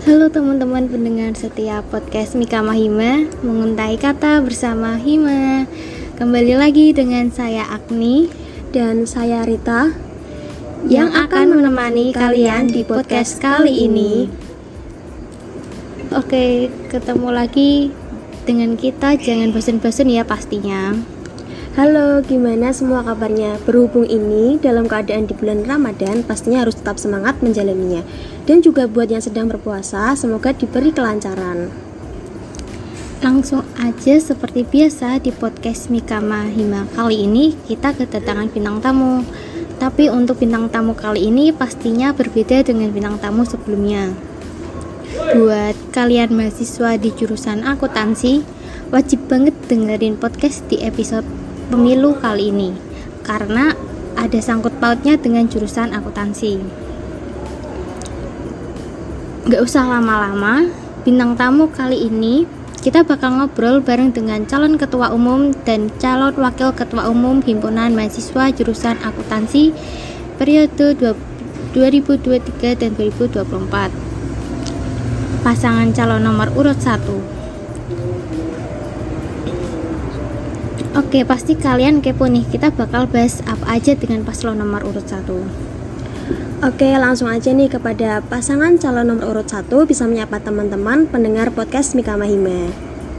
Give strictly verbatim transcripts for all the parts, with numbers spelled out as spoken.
Halo teman-teman pendengar setiap podcast Mika Mahima, menguntai kata bersama Hima. Kembali lagi dengan saya Agni dan saya Rita yang akan menemani kalian di podcast kali ini. Oke, ketemu lagi dengan kita, jangan bosan-bosan ya pastinya. Halo, gimana semua kabarnya? Berhubung ini dalam keadaan di bulan Ramadan, pastinya harus tetap semangat menjalaninya. Dan juga buat yang sedang berpuasa, semoga diberi kelancaran. Langsung aja seperti biasa di podcast Mika Mahima kali ini kita kedatangan bintang tamu. Tapi untuk bintang tamu kali ini pastinya berbeda dengan bintang tamu sebelumnya. Buat kalian mahasiswa di jurusan akuntansi, wajib banget dengerin podcast di episode pemilu kali ini karena ada sangkut pautnya dengan jurusan akuntansi. Gak usah lama-lama, bintang tamu kali ini kita bakal ngobrol bareng dengan calon ketua umum dan calon wakil ketua umum himpunan mahasiswa jurusan akuntansi periode dua ribu dua puluh tiga dan dua ribu dua puluh empat. Pasangan calon nomor urut satu. Oke, pasti kalian kepo nih, kita bakal bahas apa aja dengan paslon nomor urut satu. Oke, langsung aja nih kepada pasangan calon nomor urut satu, bisa menyapa teman-teman pendengar podcast Mika Mahima.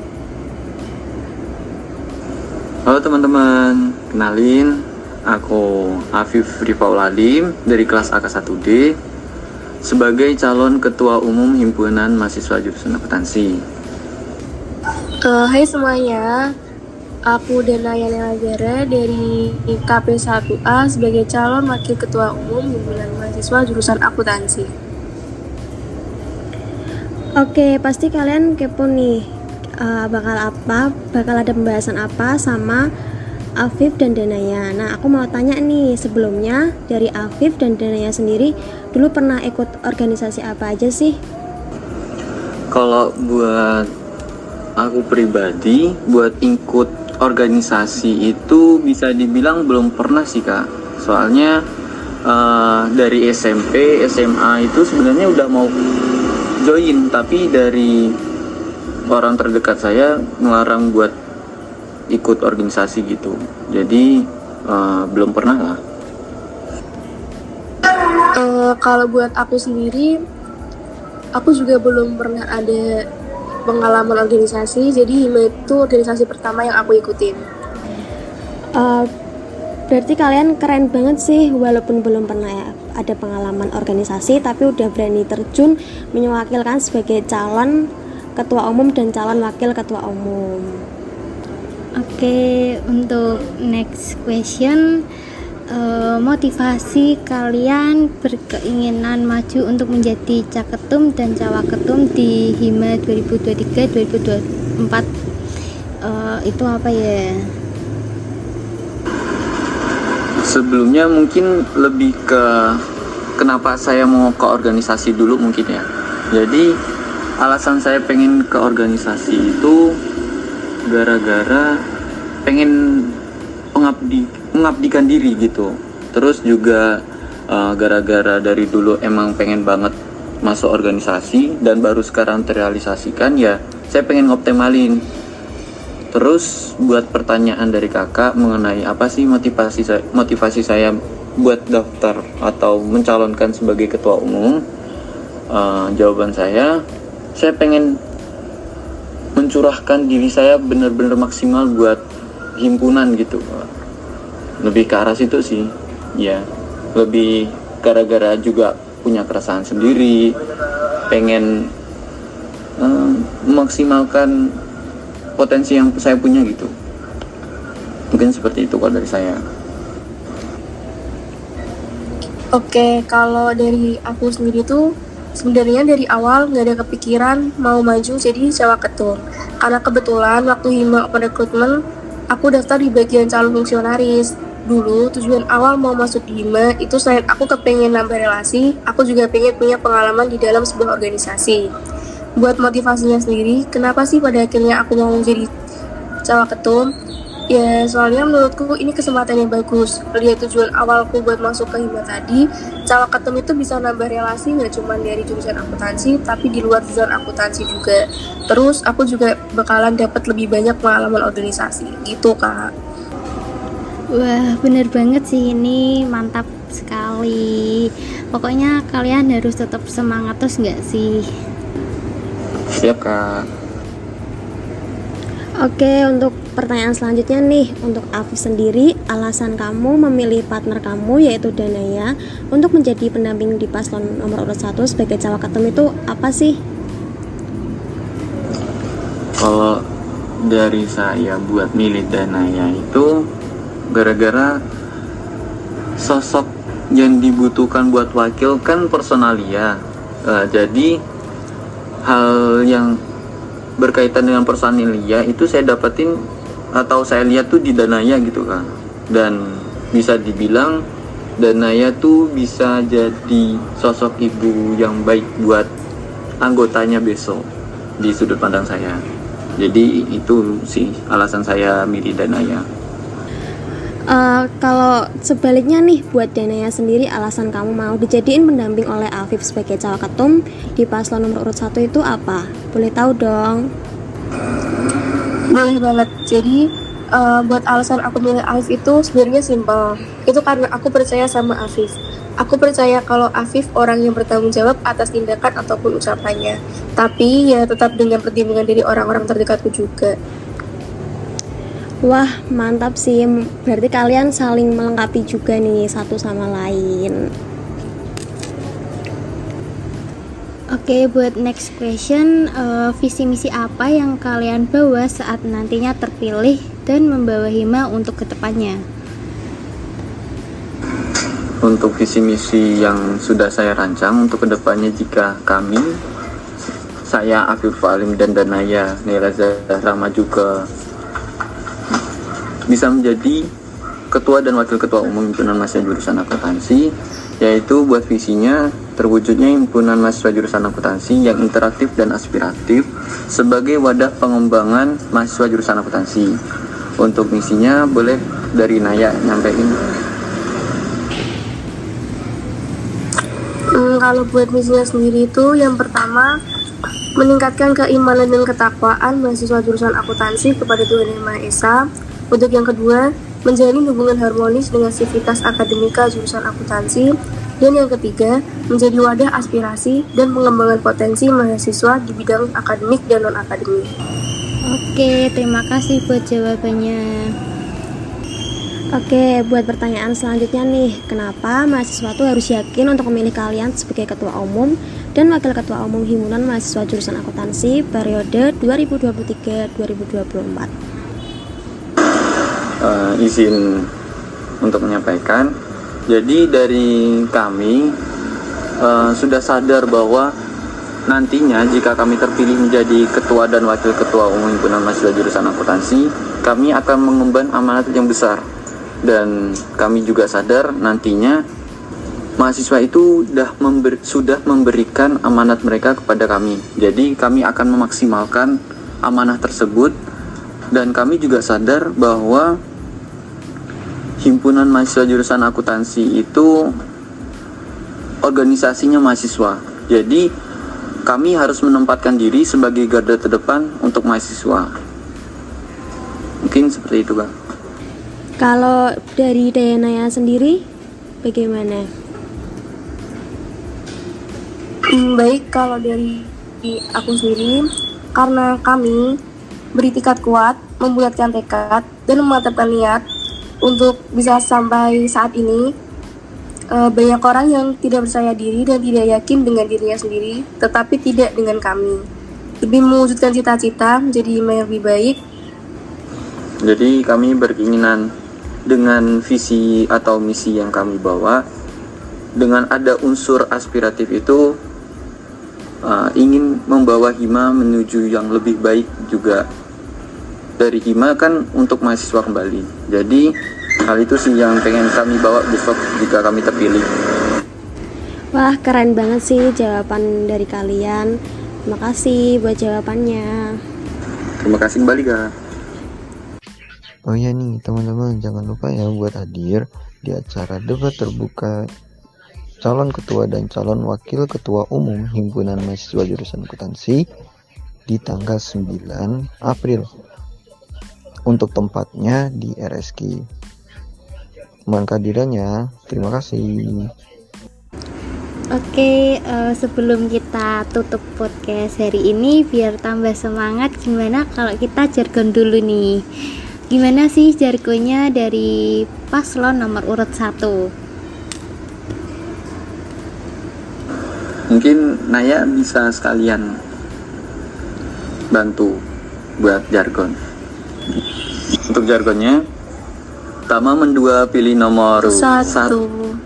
Halo teman-teman, kenalin, aku Afif Rifauladim dari kelas A K satu D sebagai calon ketua umum himpunan mahasiswa jurusan akuntansi. Uh, hai semuanya, aku Denaya Nelagara dari K P satu A sebagai calon wakil ketua umum himpunan mahasiswa jurusan akuntansi. Oke, pasti kalian kepo nih, uh, bakal apa, bakal ada pembahasan apa sama Afif dan Denaya. Nah, aku mau tanya nih, sebelumnya dari Afif dan Denaya sendiri dulu pernah ikut organisasi apa aja sih? Kalau buat aku pribadi, buat ikut organisasi itu bisa dibilang belum pernah sih kak. Soalnya uh, dari S M P, S M A itu sebenarnya udah mau join, tapi dari orang terdekat saya ngelarang buat ikut organisasi gitu. Jadi uh, belum pernah lah. Uh, kalau buat aku sendiri, aku juga belum pernah ada pengalaman organisasi, jadi Hima itu organisasi pertama yang aku ikutin. Uh, berarti kalian keren banget sih, walaupun belum pernah ya ada pengalaman organisasi, tapi udah berani terjun mewakilkan sebagai calon ketua umum dan calon wakil ketua umum. Oke, untuk next question, uh, motivasi kalian berkeinginan maju untuk menjadi caketum dan cawaketum di Hima dua ribu dua puluh tiga dua ribu dua puluh empat uh, itu apa ya? Sebelumnya mungkin lebih ke kenapa saya mau ke organisasi dulu mungkin ya. Jadi alasan saya pengen ke organisasi itu gara-gara pengen pengabdi mengabdikan diri gitu. Terus juga uh, gara-gara dari dulu emang pengen banget masuk organisasi dan baru sekarang terrealisasikan, ya saya pengen ngoptimalin. Terus buat pertanyaan dari kakak mengenai apa sih motivasi saya, motivasi saya buat daftar atau mencalonkan sebagai ketua umum, uh, jawaban saya, saya pengen mencurahkan diri saya benar-benar maksimal buat himpunan gitu. Lebih ke arah situ sih, ya. Lebih gara-gara juga punya keresahan sendiri, pengen uh, memaksimalkan potensi yang saya punya gitu. Mungkin seperti itu kalau dari saya. Oke, kalau dari aku sendiri tuh sebenarnya dari awal nggak ada kepikiran mau maju jadi cawaketum. Karena kebetulan waktu Hima open recruitment, aku daftar di bagian calon fungsionaris. Dulu tujuan awal mau masuk di Hima itu selain aku kepengen nambah relasi, aku juga pengen punya pengalaman di dalam sebuah organisasi. Buat motivasinya sendiri, kenapa sih pada akhirnya aku mau jadi cawaketum? Ya, soalnya menurutku ini kesempatan yang bagus. Lihat tujuan awalku buat masuk ke Hima tadi, Cawa Ketum itu bisa nambah relasi nggak cuma dari jurusan akuntansi, tapi di luar jurusan akuntansi juga. Terus aku juga bakalan dapat lebih banyak pengalaman organisasi, gitu Kak. Wah, bener banget sih, ini mantap sekali. Pokoknya kalian harus tetap semangat terus nggak sih? Siap Kak. Oke, untuk pertanyaan selanjutnya nih, untuk Afif sendiri, alasan kamu memilih partner kamu yaitu Danaya untuk menjadi pendamping di paslon nomor urut satu sebagai Cawa Ketum itu apa sih? Kalau dari saya buat milih Danaya itu gara-gara sosok yang dibutuhkan buat wakil kan personalia. Uh, jadi hal yang berkaitan dengan personalia itu saya dapetin atau saya lihat tuh di Danaya gitu kan. Dan bisa dibilang Danaya tuh bisa jadi sosok ibu yang baik buat anggotanya besok di sudut pandang saya. Jadi itu sih alasan saya milih Danaya. Uh, kalau sebaliknya nih, buat Danaya sendiri, alasan kamu mau dijadiin pendamping oleh Afif sebagai Cawa Ketum di paslon nomor urut satu itu apa? Boleh tahu dong? Boleh banget. Jadi uh, buat alasan aku milih Afif itu sebenarnya simpel. Itu karena aku percaya sama Afif. Aku percaya kalau Afif orang yang bertanggung jawab atas tindakan ataupun ucapannya. Tapi ya tetap dengan pertimbangan dari orang-orang terdekatku juga. Wah, mantap sih. Berarti kalian saling melengkapi juga nih satu sama lain. Oke, buat next question, uh, visi misi apa yang kalian bawa saat nantinya terpilih dan membawa Hima untuk kedepannya? Untuk visi misi yang sudah saya rancang untuk kedepannya, jika kami, saya Afif Alim dan Danaya Nela Zahra maju ke bisa menjadi ketua dan wakil ketua umum himpunan mahasiswa jurusan akuntansi, yaitu buat visinya terwujudnya himpunan mahasiswa jurusan akuntansi yang interaktif dan aspiratif sebagai wadah pengembangan mahasiswa jurusan akuntansi. Untuk misinya boleh dari Naya nyampein. Hmm, kalau buat misinya sendiri itu yang pertama meningkatkan keimanan dan ketakwaan mahasiswa jurusan akuntansi kepada Tuhan Yang Maha Esa. Untuk yang kedua, menjalin hubungan harmonis dengan sivitas akademika jurusan akuntansi. Dan yang ketiga, menjadi wadah aspirasi dan pengembangan potensi mahasiswa di bidang akademik dan non-akademik. Oke, terima kasih buat jawabannya. Oke, buat pertanyaan selanjutnya nih, kenapa mahasiswa tuh harus yakin untuk memilih kalian sebagai ketua umum dan wakil ketua umum himpunan mahasiswa jurusan akuntansi periode dua ribu dua puluh tiga sampai dua ribu dua puluh empat? Uh, izin untuk menyampaikan. Jadi dari kami uh, sudah sadar bahwa nantinya jika kami terpilih menjadi ketua dan wakil ketua umum himpunan mahasiswa jurusan akuntansi, kami akan mengemban amanat yang besar. Dan kami juga sadar nantinya mahasiswa itu sudah, member, sudah memberikan amanat mereka kepada kami. Jadi kami akan memaksimalkan amanah tersebut. Dan kami juga sadar bahwa himpunan mahasiswa jurusan akuntansi itu organisasinya mahasiswa. Jadi kami harus menempatkan diri sebagai garda terdepan untuk mahasiswa. Mungkin seperti itu, Kak. Kalau dari Danaya sendiri bagaimana? Hmm, baik, kalau dari aku sendiri, karena kami beritikat kuat, membulatkan tekad, dan memantapkan niat untuk bisa sampai saat ini. E, banyak orang yang tidak percaya diri dan tidak yakin dengan dirinya sendiri, tetapi tidak dengan kami. Lebih mewujudkan cita-cita menjadi yang lebih baik. Jadi kami berkeinginan dengan visi atau misi yang kami bawa, dengan ada unsur aspiratif itu, uh, ingin membawa Hima menuju yang lebih baik juga. Dari Hima kan untuk mahasiswa kembali. Jadi hal itu sih yang pengen kami bawa besok jika kami terpilih. Wah, keren banget sih jawaban dari kalian. Terima kasih buat jawabannya. Terima kasih kembali, Kak. Oh ya nih teman-teman, jangan lupa ya buat hadir di acara debat terbuka calon ketua dan calon wakil ketua umum Himpunan Mahasiswa Jurusan Akuntansi di tanggal sembilan April. Untuk tempatnya di R S K. Mohon kehadirannya. Terima kasih. Oke, uh, sebelum kita tutup podcast hari ini, biar tambah semangat, gimana kalau kita jargon dulu nih? Gimana sih jargonnya dari paslon nomor urut satu? Mungkin Naya bisa sekalian bantu buat jargon. Untuk jargonnya, pertama mendua pilih nomor Satu. satu.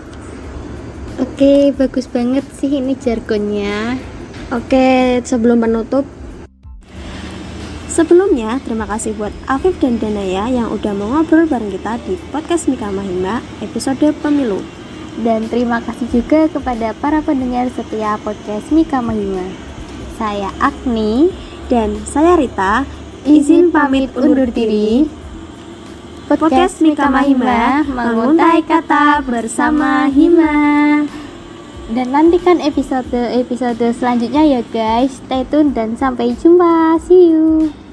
Oke, bagus banget sih ini jargonnya. Oke, sebelum menutup, sebelumnya terima kasih buat Afif dan Danaya yang udah mau ngobrol bareng kita di podcast Mika Mahima episode pemilu. Dan terima kasih juga kepada para pendengar setia podcast Mika Mahima. Saya Agni Dan saya Rita, izin pamit undur diri. Podcast Mika Mahima menguntai kata bersama Hima. Dan nantikan episode-episode selanjutnya ya guys. Stay tune dan sampai jumpa. See you.